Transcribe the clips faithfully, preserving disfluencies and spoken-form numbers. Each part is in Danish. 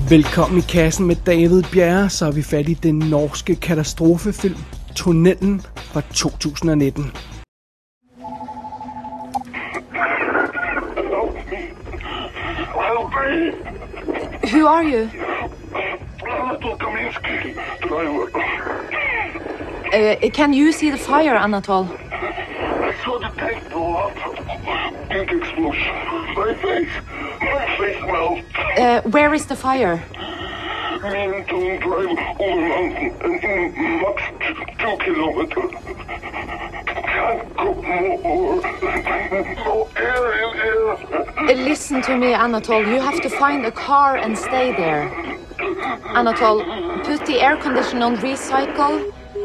Velkommen i kassen med David Bjerre, så er vi fat i den norske katastrofefilm Tunnelen fra to tusind og nitten. Who are you? Uh, can you see the fire, Anatol? I saw the tank blow up. Big explosion. My face. My face melted. Uh, where is the fire? Men don't drive over mountain and max two kilometers. Can't go more. No air in air. Uh, listen to me, Anatol. You have to find a car and stay there. Anatol, put the air conditioner on recycle.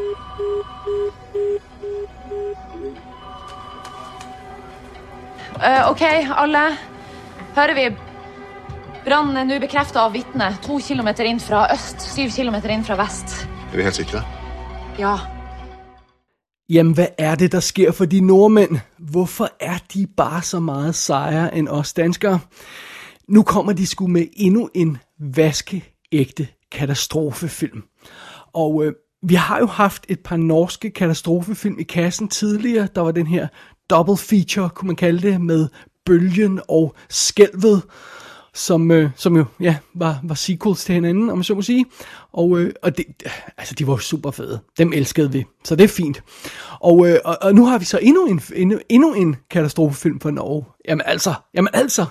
Uh, okay, alle. Hører vi? Brannen er nu bekreftet av vittne. To kilometer inn fra øst, syv kilometer inn fra vest. Er vi helt sikre? Ja. Jamen, hvad er det, der sker for de nordmænd? Hvorfor er de bare så meget sejere end os danskere? Nu kommer de sgu med endnu en vaskeægte katastrofefilm. Og øh, vi har jo haft et par norske katastrofefilm i kassen tidligere. Der var den her double feature, kunne man kalde det, med Bølgen og Skælvet, som, øh, som jo ja, var, var sequels til hinanden, om man så må sige. Og, øh, og det, altså, de var jo super fede. Dem elskede vi, så det er fint. Og, øh, og, og nu har vi så endnu en, endnu, endnu en katastrofefilm fra Norge. Jamen altså, jamen altså.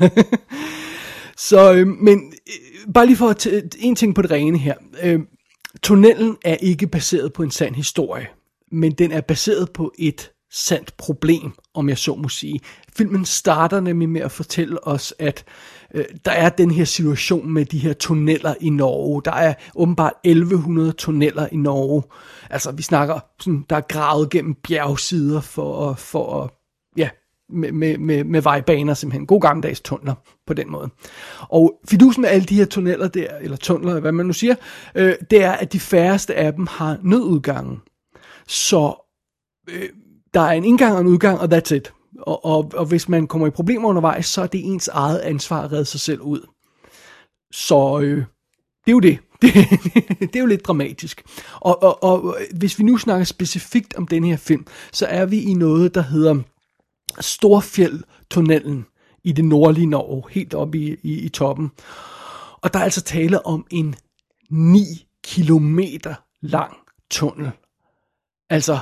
så, øh, men øh, bare lige for at t- en ting på det rene her. Øh, Tunnelen er ikke baseret på en sand historie, men den er baseret på et sandt problem, om jeg så må sige. Filmen starter nemlig med at fortælle os, at øh, der er den her situation med de her tunneller i Norge. Der er åbenbart elleve hundrede tunneller i Norge. Altså, vi snakker sådan, der er gravet gennem bjergsider for at, for at ja, med, med, med, med vejbaner simpelthen. God gammeldags tunneler på den måde. Og fidusen med alle de her tunneller der, eller tunneler, hvad man nu siger, øh, det er, at de færreste af dem har nødudgangen. Så øh, der er en indgang og en udgang, og that's it. Og, og, og hvis man kommer i problemer undervejs, så er det ens eget ansvar at redde sig selv ud. Så øh, det er jo det. Det, det er jo lidt dramatisk. Og, og, og hvis vi nu snakker specifikt om den her film, så er vi i noget, der hedder Storfjelltunnelen i det nordlige Norge, helt oppe i, i, i toppen. Og der er altså tale om en ni kilometer lang tunnel. Altså,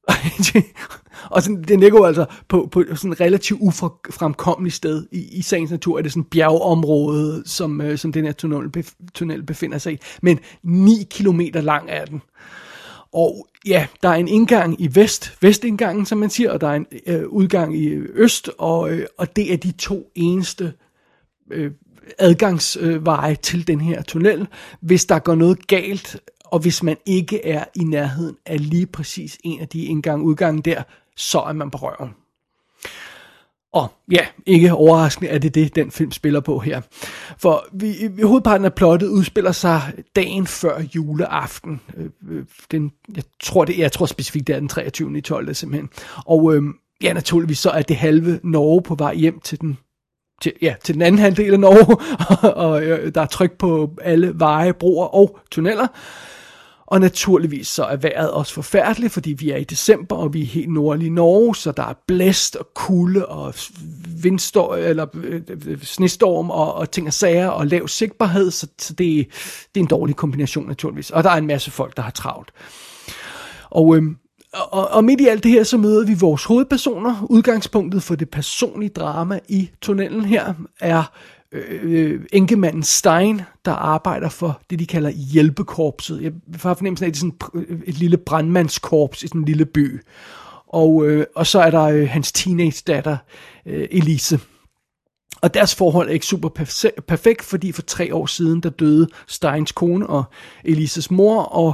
og sådan, den ligger jo altså på, på sådan et relativt ufremkommeligt sted. I, i sagens natur er det sådan et bjergeområde, som, øh, som den her tunnel, bef, tunnel befinder sig i. Men ni kilometer lang er den. Og ja, der er en indgang i vest, vestindgangen, som man siger, og der er en øh, udgang i øst, og, øh, og det er de to eneste øh, adgangsveje øh, til den her tunnel. Hvis der går noget galt, og hvis man ikke er i nærheden af lige præcis en af de indgang-udgange der, så er man på røven. Og ja, ikke overraskende er det det, den film spiller på her. For vi, vi hovedparten af plottet udspiller sig dagen før juleaften. Den, jeg, tror det, jeg tror specifikt, det er den treogtyvende tolvte simpelthen. Og øh, ja, naturligvis så er det halve Norge på vej hjem til den Til, ja, til den anden halvdel af Norge, og, og øh, der er tryk på alle veje, broer og tunneller. Og naturligvis så er vejret også forfærdeligt, fordi vi er i december, og vi er helt nordlige Norge, så der er blæst og kulde og vindstorm, eller øh, snestorm og, og ting og sager og lav sigtbarhed, så, så det, det er en dårlig kombination naturligvis. Og der er en masse folk, der har travlt. Og øh, Og, og midt i alt det her, så møder vi vores hovedpersoner. Udgangspunktet for det personlige drama i tunnelen her er øh, enkemanden Stein, der arbejder for det, de kalder hjælpekorpset. Jeg får fornemmelsen af, at det er sådan et lille brandmandskorps i sådan en lille by. Og, øh, og så er der øh, hans teenage datter, øh, Elise. Og deres forhold er ikke super perfekt, fordi for tre år siden, der døde Steins kone og Elises mor, og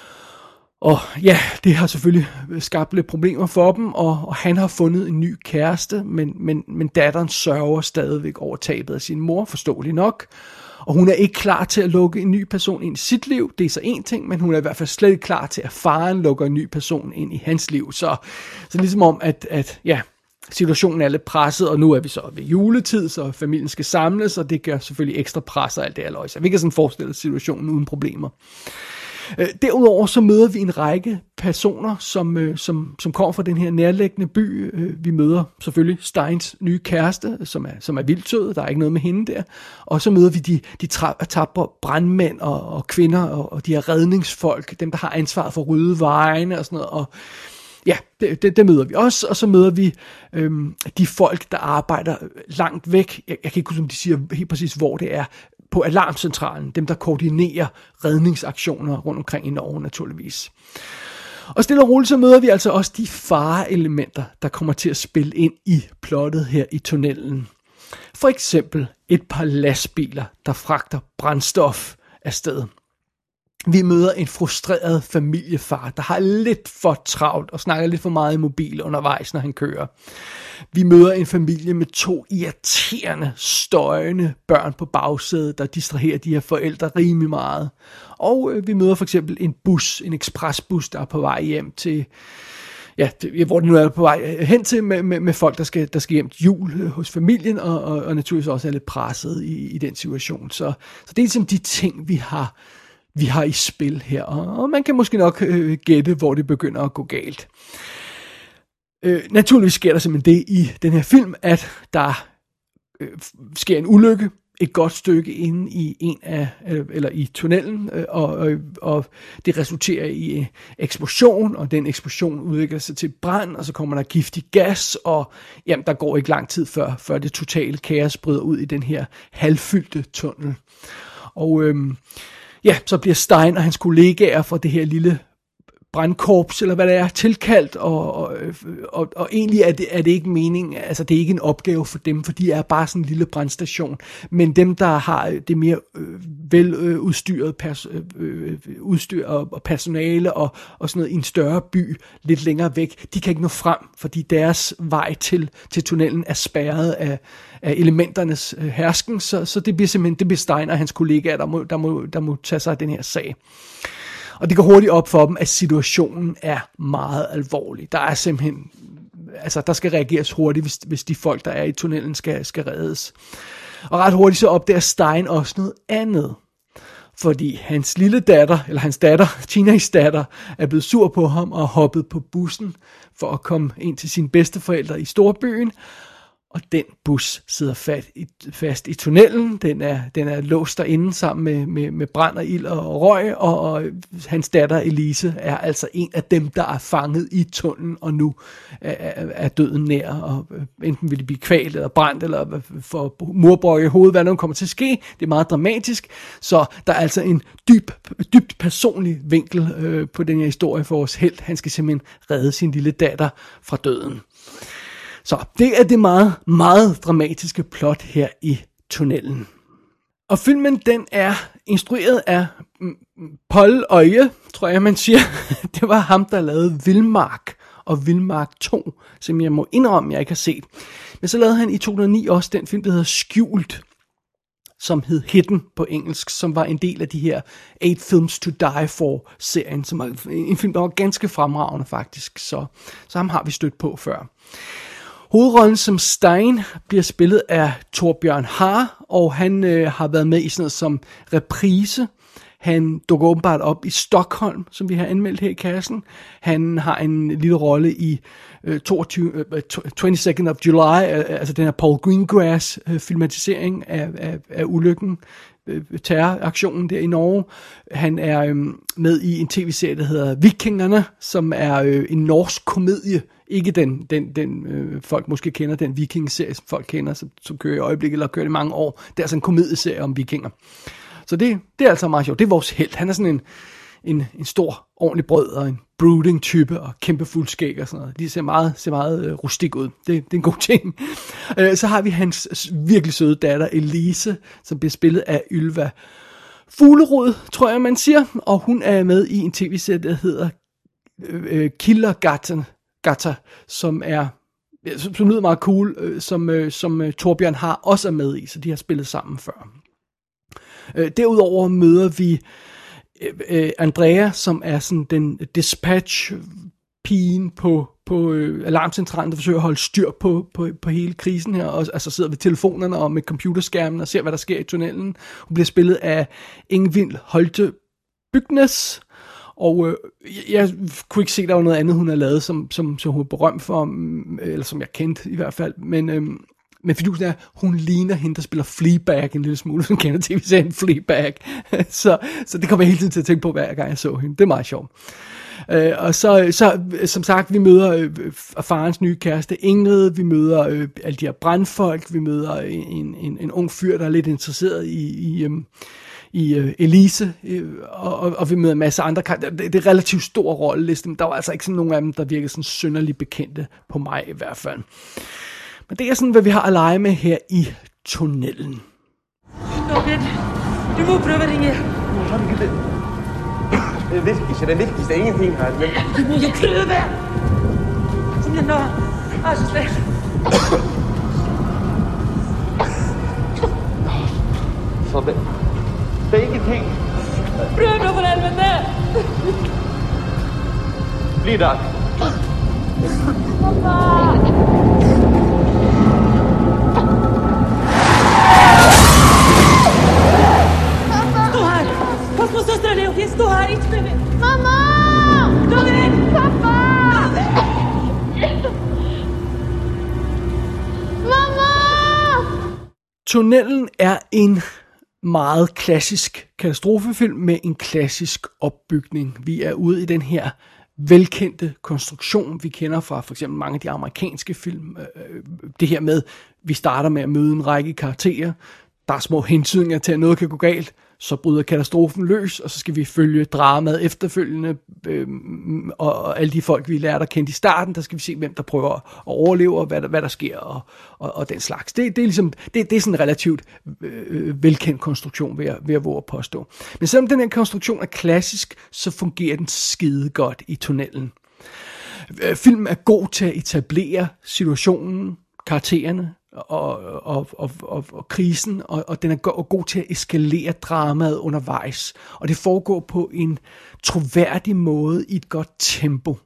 Og ja, det har selvfølgelig skabt lidt problemer for dem, og, og han har fundet en ny kæreste, men, men, men datteren sørger stadigvæk over tabet af sin mor, forståeligt nok. Og hun er ikke klar til at lukke en ny person ind i sit liv, det er så en ting, men hun er i hvert fald slet ikke klar til, at faren lukker en ny person ind i hans liv. Så, så ligesom om, at, at ja, situationen er lidt presset, og nu er vi så ved juletid, så familien skal samles, og det gør selvfølgelig ekstra pres og alt det her. Så vi kan sådan forestille os situationen uden problemer. Derudover så møder vi en række personer, som, som, som kommer fra den her nærliggende by. Vi møder selvfølgelig Steins nye kæreste, som er, som er vildt sød. Der er ikke noget med hende der. Og så møder vi de, de tapre brandmænd og, og kvinder og, og de her redningsfolk, dem der har ansvaret for at rydde vejene og sådan noget. Og ja, det, det, det møder vi også. Og så møder vi øhm, de folk, der arbejder langt væk. Jeg, jeg kan ikke huske, om de siger helt præcis, hvor det er. På alarmcentralen, dem der koordinerer redningsaktioner rundt omkring i Norge naturligvis. Og stille og roligt så møder vi altså også de fareelementer, der kommer til at spille ind i plottet her i tunnelen. For eksempel et par lastbiler, der fragter brændstof afsted. Vi møder en frustreret familiefar, der har lidt for travlt og snakker lidt for meget i mobil undervejs, når han kører. Vi møder en familie med to irriterende, støjende børn på bagsædet, der distraherer de her forældre rimelig meget. Og øh, vi møder for eksempel en bus, en ekspresbus, der er på vej hjem til, ja, hvor det nu er på vej hen til med, med, med folk, der skal, der skal hjem til jul hos familien, og, og, og naturligvis også er lidt presset i, i den situation. Så, så det er ligesom de ting, vi har, vi har i spil her, og, og man kan måske nok øh, gætte, hvor det begynder at gå galt. Øh, naturligvis sker der simpelthen det i den her film, at der øh, sker en ulykke et godt stykke inde i en af øh, eller i tunnelen, øh, og, øh, og det resulterer i øh, eksplosion, og den eksplosion udvikler sig til brand, og så kommer der giftig gas, og jamen, der går ikke lang tid før, før det totale kaos bryder ud i den her halvfyldte tunnel. Og øh, ja, så bliver Stein og hans kollegaer fra det her lille brandkorps, eller hvad det er, tilkaldt, og, og, og, og egentlig er det, er det ikke meningen, altså det er ikke en opgave for dem, for de er bare sådan en lille brandstation, men dem, der har det mere øh, veludstyret pers, øh, udstyr og, og personale og, og sådan noget i en større by, lidt længere væk, de kan ikke nå frem, fordi deres vej til, til tunnelen er spærret af, af elementernes øh, hersken, så, så det bliver simpelthen, det bliver Stein og hans kollegaer, der må, der må, der må tage sig af den her sag. Og det går hurtigt op for dem, at situationen er meget alvorlig. Der er simpelthen, altså der skal reageres hurtigt, hvis, hvis de folk, der er i tunnelen, skal, skal reddes. Og ret hurtigt så opdager Stein også noget andet. Fordi hans lille datter, eller hans datter, Tinas datter, er blevet sur på ham og hoppet på bussen for at komme ind til sine bedsteforældre i storbyen. Og den bus sidder fast i, fast i tunnelen, den er, den er låst derinde sammen med, med, med brand og ild og røg, og, og hans datter Elise er altså en af dem, der er fanget i tunnelen, og nu er, er døden nær, og enten vil de blive kvalt eller brændt, eller få murbrøg i hovedet, hvad der kommer til at ske. Det er meget dramatisk, så der er altså en dyb, dybt personlig vinkel øh, på den her historie for vores helt. Han skal simpelthen redde sin lille datter fra døden. Så det er det meget, meget dramatiske plot her i tunnelen. Og filmen, den er instrueret af Paul Øje, tror jeg man siger. Det var ham, der lavede Vildmark og Vildmark to, som jeg må indrømme, jeg ikke har set. Men så lavede han i to tusind og ni også den film, der hedder Skjult, som hed Hidden på engelsk, som var en del af de her Eight Films to Die For-serien, som var en film, der var ganske fremragende faktisk. Så, så ham har vi stødt på før. Hovedrollen som Stein bliver spillet af Torbjørn Har, og han øh, har været med i sådan noget som Reprise. Han dukker åbenbart op i Stockholm, som vi har anmeldt her i kassen. Han har en lille rolle i øh, toogtyve, øh, twenty-second of July, øh, altså den her Paul Greengrass øh, filmatisering af, af, af ulykken, øh, terroraktionen der i Norge. Han er øh, med i en tv-serie, der hedder Vikingerne, som er øh, en norsk komedie. Ikke den, den, den øh, folk måske kender, den vikingeserie, som folk kender, som, som kører i øjeblikket, eller kører i mange år. Det er altså en komedieserie om vikinger. Så det, det er altså meget sjovt. Det er vores helt. Han er sådan en, en, en stor, ordentlig brød og en brooding type og kæmpe fuldskæg og sådan noget. De ser meget, ser meget øh, rustik ud. Det, det er en god ting. Øh, så har vi hans virkelig søde datter Elise, som bliver spillet af Ylva Fuglerod, tror jeg man siger. Og hun er med i en tv-serie, der hedder øh, Killergatten. Gata, som er som, som lyder meget cool, øh, som, øh, som øh, Torbjørn Har også er med i, så de har spillet sammen før. Øh, derudover møder vi øh, øh, Andrea, som er sådan den dispatch-pigen på, på øh, alarmcentralen, der forsøger at holde styr på, på, på hele krisen her, og altså sidder ved telefonerne og med computerskærmen og ser, hvad der sker i tunnelen. Hun bliver spillet af Ingvild Holte Bygnes, og øh, jeg kunne ikke se, at der var noget andet, hun har lavet, som, som, som hun er berømt for, eller som jeg kendte i hvert fald, men... Øh, Men fidusen er, hun ligner hende, der spiller Fleabag en lille smule, som kender tv-serien Fleabag. så, så det kommer jeg hele tiden til at tænke på, hver gang jeg så hende. Det er meget sjovt. Øh, og så, så, som sagt, vi møder øh, farens nye kæreste Ingrid, vi møder øh, alle de her brandfolk, vi møder en, en, en ung fyr, der er lidt interesseret i... i øh, i uh, Elise, uh, og, og, og vi møder en masse andre karakterer. Det, det er relativt stor rolleliste, men der var altså ikke sådan nogen af dem, der virkede sådan synderligt bekendte på mig i hvert fald. Men det er sådan, hvad vi har at lege med her i tunnelen. Robin, du må prøve at ringe. Har vi ikke det? Det er vigtigst, det er vigtigst, det er ingenting her. Men... Du må jo prøve. Kom igen, nå. Ej, så slet. Så det... Det er ingenting. Prøv nu for helvete. Bliv der. Pappa. Stå her, ikke med mig. Mamma! David! Pappa! Mamma! Tunnelen er en meget klassisk katastrofefilm med en klassisk opbygning. Vi er ude i den her velkendte konstruktion, vi kender fra for eksempel mange af de amerikanske film. Det her med, vi starter med at møde en række karakterer. Der er små hentydninger til, at noget kan gå galt. Så bryder katastrofen løs, og så skal vi følge dramaet efterfølgende, øh, og, og alle de folk, vi lærte at kende i starten, der skal vi se, hvem der prøver at overleve, og hvad der, hvad der sker, og, og, og den slags. Det, det, er ligesom, det, det er sådan en relativt øh, velkendt konstruktion, vil jeg, vil jeg våge at påstå. Men selvom den her konstruktion er klassisk, så fungerer den skide godt i tunnelen. Filmen er god til at etablere situationen, karaktererne, Og, og, og, og, og krisen, og, og den er go- god til at eskalere dramaet undervejs. Og det foregår på en troværdig måde i et godt tempo.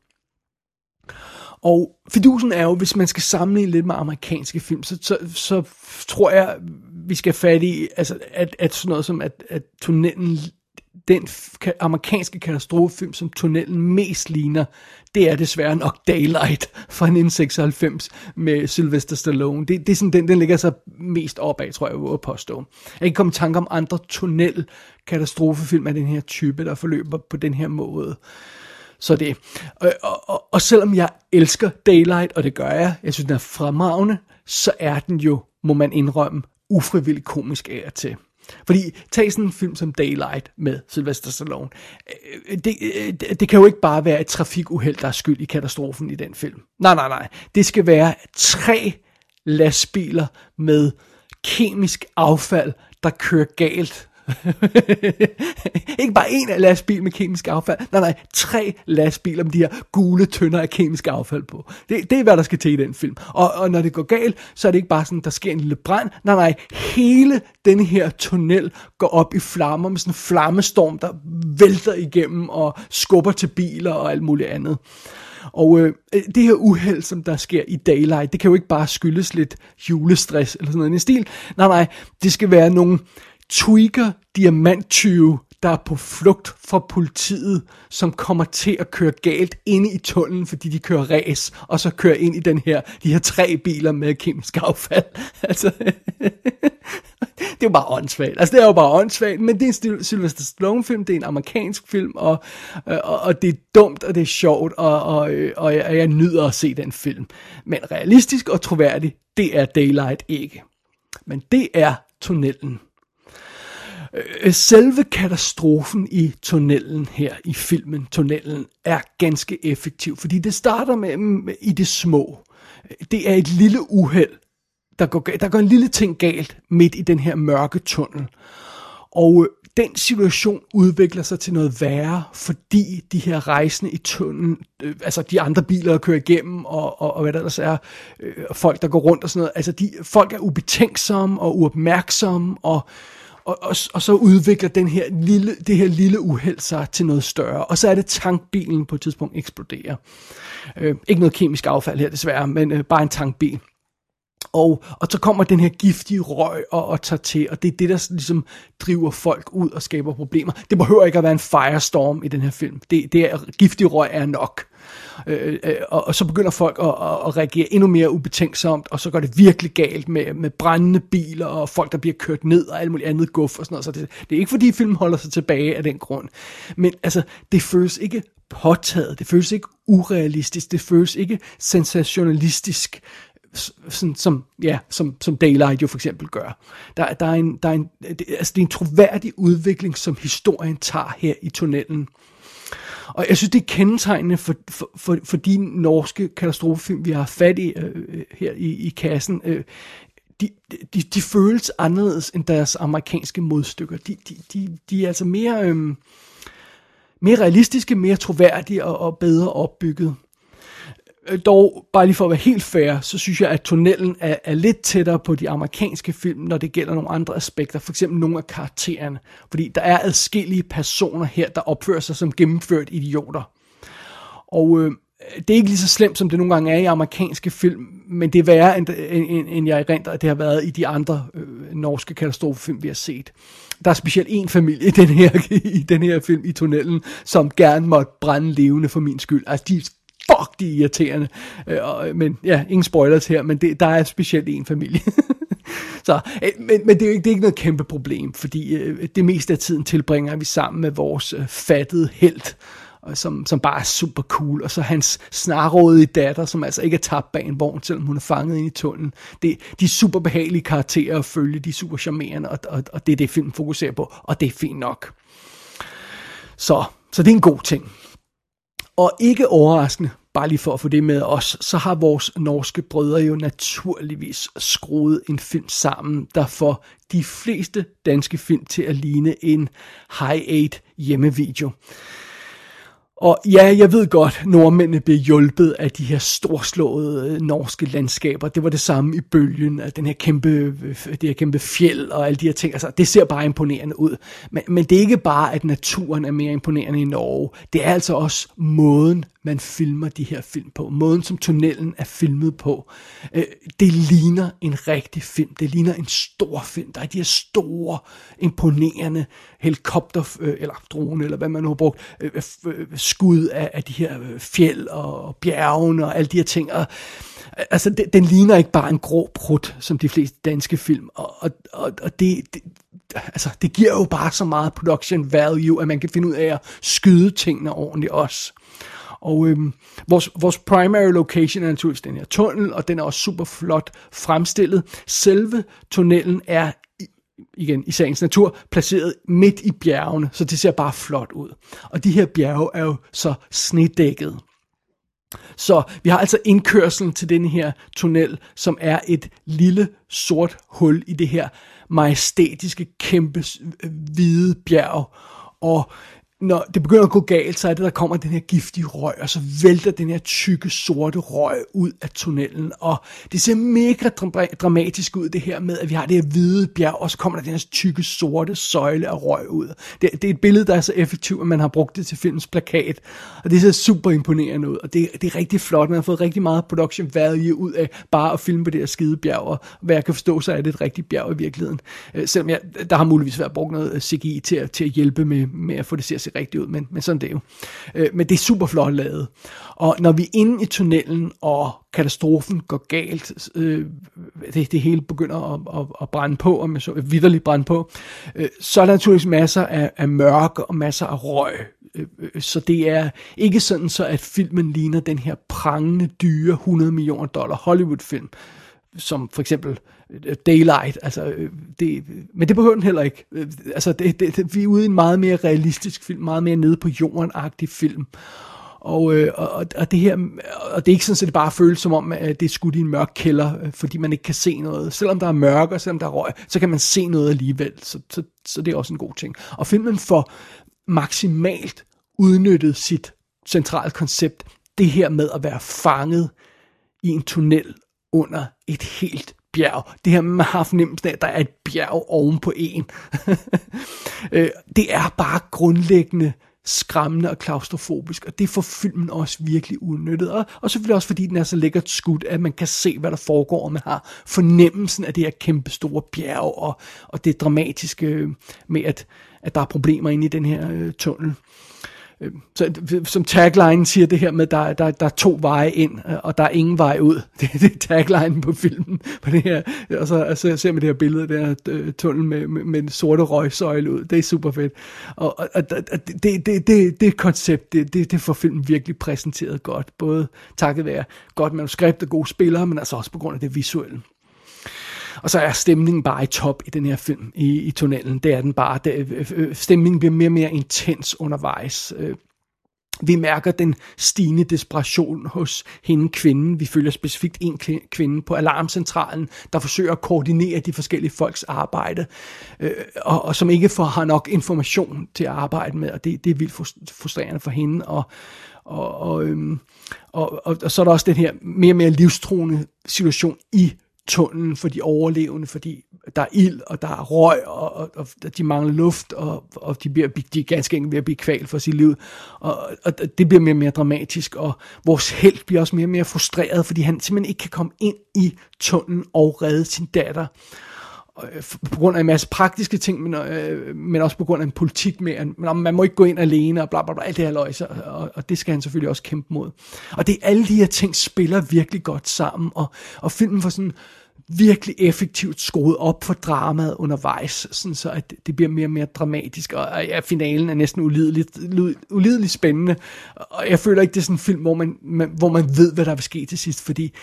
Og fidusen er jo, hvis man skal sammenligne lidt med amerikanske film, så, så, så tror jeg, vi skal fat i, altså, at, at sådan noget som, at, at tunnelen, den amerikanske katastrofefilm, som tunnelen mest ligner, det er desværre nok Daylight fra nitten seksoghalvfems med Sylvester Stallone. Det, det er sådan, den, den ligger sig mest opad, tror jeg, jeg vil påstå. Jeg kan ikke komme i tanke om andre tunnel-katastrofefilm af den her type, der forløber på den her måde. Så det. Og, og, og, og selvom jeg elsker Daylight, og det gør jeg, jeg synes, den er fremragende, så er den jo, må man indrømme, ufrivilligt komisk af og til. Fordi, tag sådan en film som Daylight med Sylvester Stallone. Det, det, det kan jo ikke bare være et trafikuheld, der er skyld i katastrofen i den film. Nej, nej, nej. Det skal være tre lastbiler med kemisk affald, der kører galt. Ikke bare en lastbil med kemisk affald. Nej, nej, tre lastbiler med de her gule tønder af kemisk affald på. Det, det er, hvad der skal til i den film. Og, og når det går galt, så er det ikke bare sådan, der sker en lille brand. Nej, nej, hele denne her tunnel går op i flammer med sådan en flammestorm, der vælter igennem og skubber til biler og alt muligt andet. Og øh, det her uheld, som der sker i Daylight, det kan jo ikke bare skyldes lidt julestress eller sådan noget i stil. Nej, nej, det skal være nogle tweaker diamanttyve, der er på flugt fra politiet, som kommer til at køre galt inde i tunnelen, fordi de kører ræs, og så kører ind i den her, de her tre biler med kemisk affald. Altså, det er jo bare åndssvagt. Altså, det er jo bare åndssvagt, men det er en Sylvester Stallone-film, det er en amerikansk film, og, og, og det er dumt, og det er sjovt, og, og, og jeg, jeg nyder at se den film. Men realistisk og troværdig, det er Daylight ikke. Men det er tunnelen. Selve katastrofen i tunnelen her i filmen, tunnelen, er ganske effektiv, fordi det starter med, med i det små. Det er et lille uheld, der går, der går en lille ting galt midt i den her mørke tunnel. Og den situation udvikler sig til noget værre, fordi de her rejsende i tunnelen, øh, altså de andre biler, der kører igennem, og, og, og hvad der ellers er, øh, folk, der går rundt og sådan noget, altså de, folk er ubetænksomme og uopmærksomme, og Og, og, og så udvikler den her lille, det her lille uheld sig til noget større. Og så er det tankbilen på et tidspunkt eksploderer. Øh, ikke noget kemisk affald her desværre, men øh, bare en tankbil. Og, og så kommer den her giftige røg og, og tager til, og det er det, der ligesom driver folk ud og skaber problemer. Det behøver ikke at være en firestorm i den her film. Det, det er, giftig røg er nok. Øh, øh, og, og så begynder folk at, at, at reagere endnu mere ubetænksomt, og så går det virkelig galt med, med brændende biler, og folk, der bliver kørt ned, og alt muligt andet guf og sådan noget. Så det, det er ikke fordi filmen holder sig tilbage af den grund. Men altså, det føles ikke påtaget, det føles ikke urealistisk, det føles ikke sensationalistisk, sådan som ja som som Daylight jo for eksempel gør. Der der er en der er en det, altså det er en troværdig udvikling, som historien tager her i tunnelen. Og jeg synes det er kendetegnende for for for, for de norske katastrofefilm vi har fat i øh, her i i kassen. Øh, de, de de føles anderledes end deres amerikanske modstykker. De de de, de er altså mere øh, mere realistiske, mere troværdige og, og bedre opbygget. Dog, bare lige for at være helt fair, så synes jeg, at tunnelen er, er lidt tættere på de amerikanske film, når det gælder nogle andre aspekter, for eksempel nogle af karaktererne. Fordi der er adskillige personer her, der opfører sig som gennemført idioter. Og øh, det er ikke lige så slemt, som det nogle gange er i amerikanske film, men det er værre, end, end, end jeg erindrer, at det har været i de andre øh, norske katastrofefilm, vi har set. Der er specielt en familie i den her, i den her film, i tunnelen, som gerne måtte brænde levende for min skyld. Altså, de fuck, de er irriterende. Øh, men ja, ingen spoilers her, men det, der er specielt en familie. Så, øh, men, men det, er ikke, det er ikke noget kæmpe problem, fordi øh, det meste af tiden tilbringer vi sammen med vores øh, fattede helt, øh, som, som bare er super cool, og så hans snarrådige datter, som altså ikke er tabt bag en vogn, selvom hun er fanget inde i tunnelen. Det, de er super behagelige karakterer at følge, de er super charmerende, og, og, og det er det, filmen fokuserer på, og det er fint nok. Så, så det er en god ting. Og ikke overraskende, bare lige for at få det med os, så har vores norske brødre jo naturligvis skruet en film sammen, der får de fleste danske film til at ligne en high-eight hjemmevideo. Og ja, jeg ved godt, nordmændene blev hjulpet af de her storslåede norske landskaber. Det var det samme i Bølgen, af den her kæmpe, det her kæmpe fjeld og alle de her ting. Altså, det ser bare imponerende ud. Men, men det er ikke bare, at naturen er mere imponerende i Norge. Det er altså også måden, man filmer de her film på. Måden, som tunnelen er filmet på. Det ligner en rigtig film. Det ligner en stor film. Der er de her store, imponerende helikopter, eller drone, eller hvad man nu har brugt, skud af, af de her fjeld og bjergene og alle de her ting. Og, altså, det, den ligner ikke bare en grå prut, som de fleste danske film. Og, og, og det, det, altså, det giver jo bare så meget production value, at man kan finde ud af at skyde tingene ordentligt også. Og øhm, vores, vores primary location er naturligvis den her tunnel, og den er også super flot fremstillet. Selve tunnelen er, igen i sagens natur, placeret midt i bjergene, så det ser bare flot ud. Og de her bjerge er jo så snedækket. Så vi har altså indkørslen til den her tunnel, som er et lille sort hul i det her majestætiske, kæmpe, hvide bjerg. Og når det begynder at gå galt, så er det, der kommer den her giftige røg, og så vælter den her tykke, sorte røg ud af tunnelen. Og det ser mega dramatisk ud, det her med, at vi har det her hvide bjerg, og så kommer der den her tykke, sorte søjle af røg ud. Det, det er et billede, der er så effektivt, at man har brugt det til filmens plakat. Og det ser super imponerende ud, og det, det er rigtig flot. Man har fået rigtig meget production value ud af bare at filme på det her skide bjerg, og hvad jeg kan forstå, så er det et rigtigt bjerg i virkeligheden. Selvom jeg, der har muligvis været brugt noget C G I til at, til at hjælpe med, med at få det til at se rigtigt ud, men, men sådan det er jo. Øh, men det er super flot lavet. Og når vi er inde i tunnelen, og katastrofen går galt, øh, det, det hele begynder at, at, at brænde på, og man så vitterligt brænde på, øh, så er der naturligvis masser af, af mørke og masser af røg. Øh, øh, så det er ikke sådan, så at filmen ligner den her prangende, dyre hundrede millioner dollar Hollywood-film, som for eksempel Daylight, altså det, men det behøver den heller ikke. Altså det, det, vi er ude i en meget mere realistisk film, meget mere nede på jorden-agtig film. Og, og, og det her, og det er ikke sådan, at det bare føles som om, at det er skudt i en mørk kælder, fordi man ikke kan se noget. Selvom der er mørke, og selvom der er røg, så kan man se noget alligevel. Så, så, så det er også en god ting. Og filmen får maksimalt udnyttet sit centrale koncept, det her med at være fanget i en tunnel under et helt bjerg. Det her, man har fornemmelsen af, at der er et bjerg oven på en. Det er bare grundlæggende skræmmende og klaustrofobisk, og det får filmen også virkelig udnyttet, og, og selvfølgelig også fordi den er så lækkert skudt, at man kan se, hvad der foregår, og man har fornemmelsen af det her kæmpe store bjerg, og, og det dramatiske med, at, at der er problemer inde i den her øh, tunnel. Så, som tagline siger det her med, at der, der, der er to veje ind, og der er ingen vej ud. Det, det er tagline på filmen. På det her. Og så altså, ser man det her billede af den her uh, tunnel med, med, med en sorte røgsøjle ud. Det er super fedt. Og, og, og det, det, det, det, det koncept, det, det, det får filmen virkelig præsenteret godt. Både takket være godt manuskript og gode spillere, men altså også på grund af det visuelle. Og så er stemningen bare i top i den her film, i, i tunnelen. Det er den bare. Det, øh, stemningen bliver mere og mere intens undervejs. Øh, vi mærker den stigende desperation hos hende kvinden. Vi følger specifikt en kvinde på alarmcentralen, der forsøger at koordinere de forskellige folks arbejde, øh, og, og som ikke får, har nok information til at arbejde med, og det, det er vildt frustrerende for hende. Og, og, og, øhm, og, og, og så er der også den her mere og mere livstruende situation i tunnelen for de overlevende, fordi der er ild, og der er røg, og, og, og de mangler luft, og, og de, bliver, de er ganske enkelt ved at blive kvalt for sit liv, og, og det bliver mere og mere dramatisk, og vores helt bliver også mere og mere frustreret, fordi han simpelthen ikke kan komme ind i tunnelen og redde sin datter, og, på grund af en masse praktiske ting, men, øh, men også på grund af en politik med, at man må ikke gå ind alene, og bla bla bla, alt det her løjse, og, og det skal han selvfølgelig også kæmpe mod. Og det alle de her ting spiller virkelig godt sammen, og, og filmen får sådan virkelig effektivt skruet op for dramaet undervejs, sådan så at det bliver mere og mere dramatisk, og ja, finalen er næsten ulideligt, ulideligt spændende, og jeg føler ikke, det er sådan en film, hvor man, man, hvor man ved, hvad der vil ske til sidst, fordi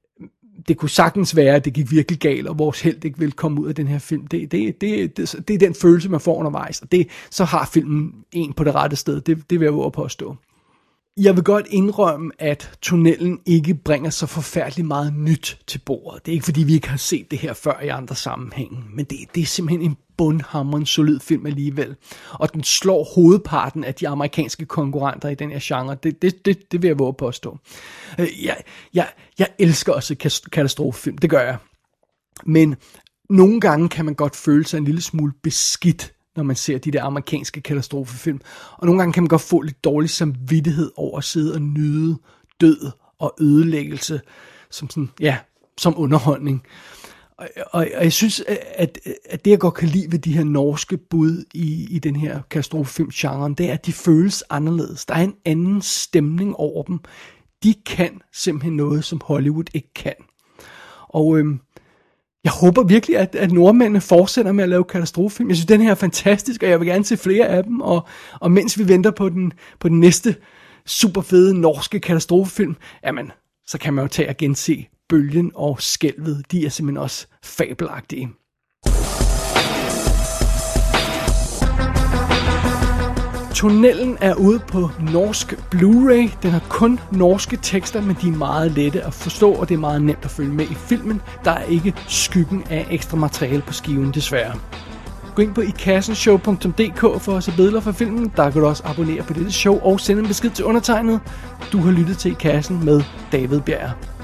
det kunne sagtens være, at det gik virkelig galt, og vores held ikke vil komme ud af den her film. Det, det, det, det, det er den følelse, man får undervejs, og det, så har filmen en på det rette sted, det, det vil jeg våge påstå. Jeg vil godt indrømme, at tunnelen ikke bringer så forfærdeligt meget nyt til bordet. Det er ikke, fordi vi ikke har set det her før i andre sammenhænge, men det, det er simpelthen en bundhamrende solid film alligevel. Og den slår hovedparten af de amerikanske konkurrenter i den her genre. Det, det, det, det vil jeg våge påstå. Jeg, jeg, jeg elsker også katastrofefilm, det gør jeg. Men nogle gange kan man godt føle sig en lille smule beskidt, når man ser de der amerikanske katastrofefilm. Og nogle gange kan man godt få lidt dårlig samvittighed over at sidde og nyde død og ødelæggelse som, sådan, ja, som underholdning. Og, og, og jeg synes, at, at det jeg godt kan lide ved de her norske bud i, i den her katastrofefilm-genren, det er, at de føles anderledes. Der er en anden stemning over dem. De kan simpelthen noget, som Hollywood ikke kan. Og øhm, jeg håber virkelig, at, at nordmændene fortsætter med at lave katastrofefilm. Jeg synes, den her er fantastisk, og jeg vil gerne se flere af dem. Og, og mens vi venter på den, på den næste super fede norske katastrofefilm, jamen, så kan man jo tage og gense Bølgen og Skælvet. De er simpelthen også fabelagtige. Tunnelen er ude på norsk Blu-ray. Den har kun norske tekster, men de er meget lette at forstå, og det er meget nemt at følge med i filmen. Der er ikke skyggen af ekstra materiale på skiven, desværre. Gå ind på i kassen show punktum d k for at se billeder fra filmen. Der kan du også abonnere på dette show og sende en besked til undertegnet. Du har lyttet til I Kassen med David Bjerg.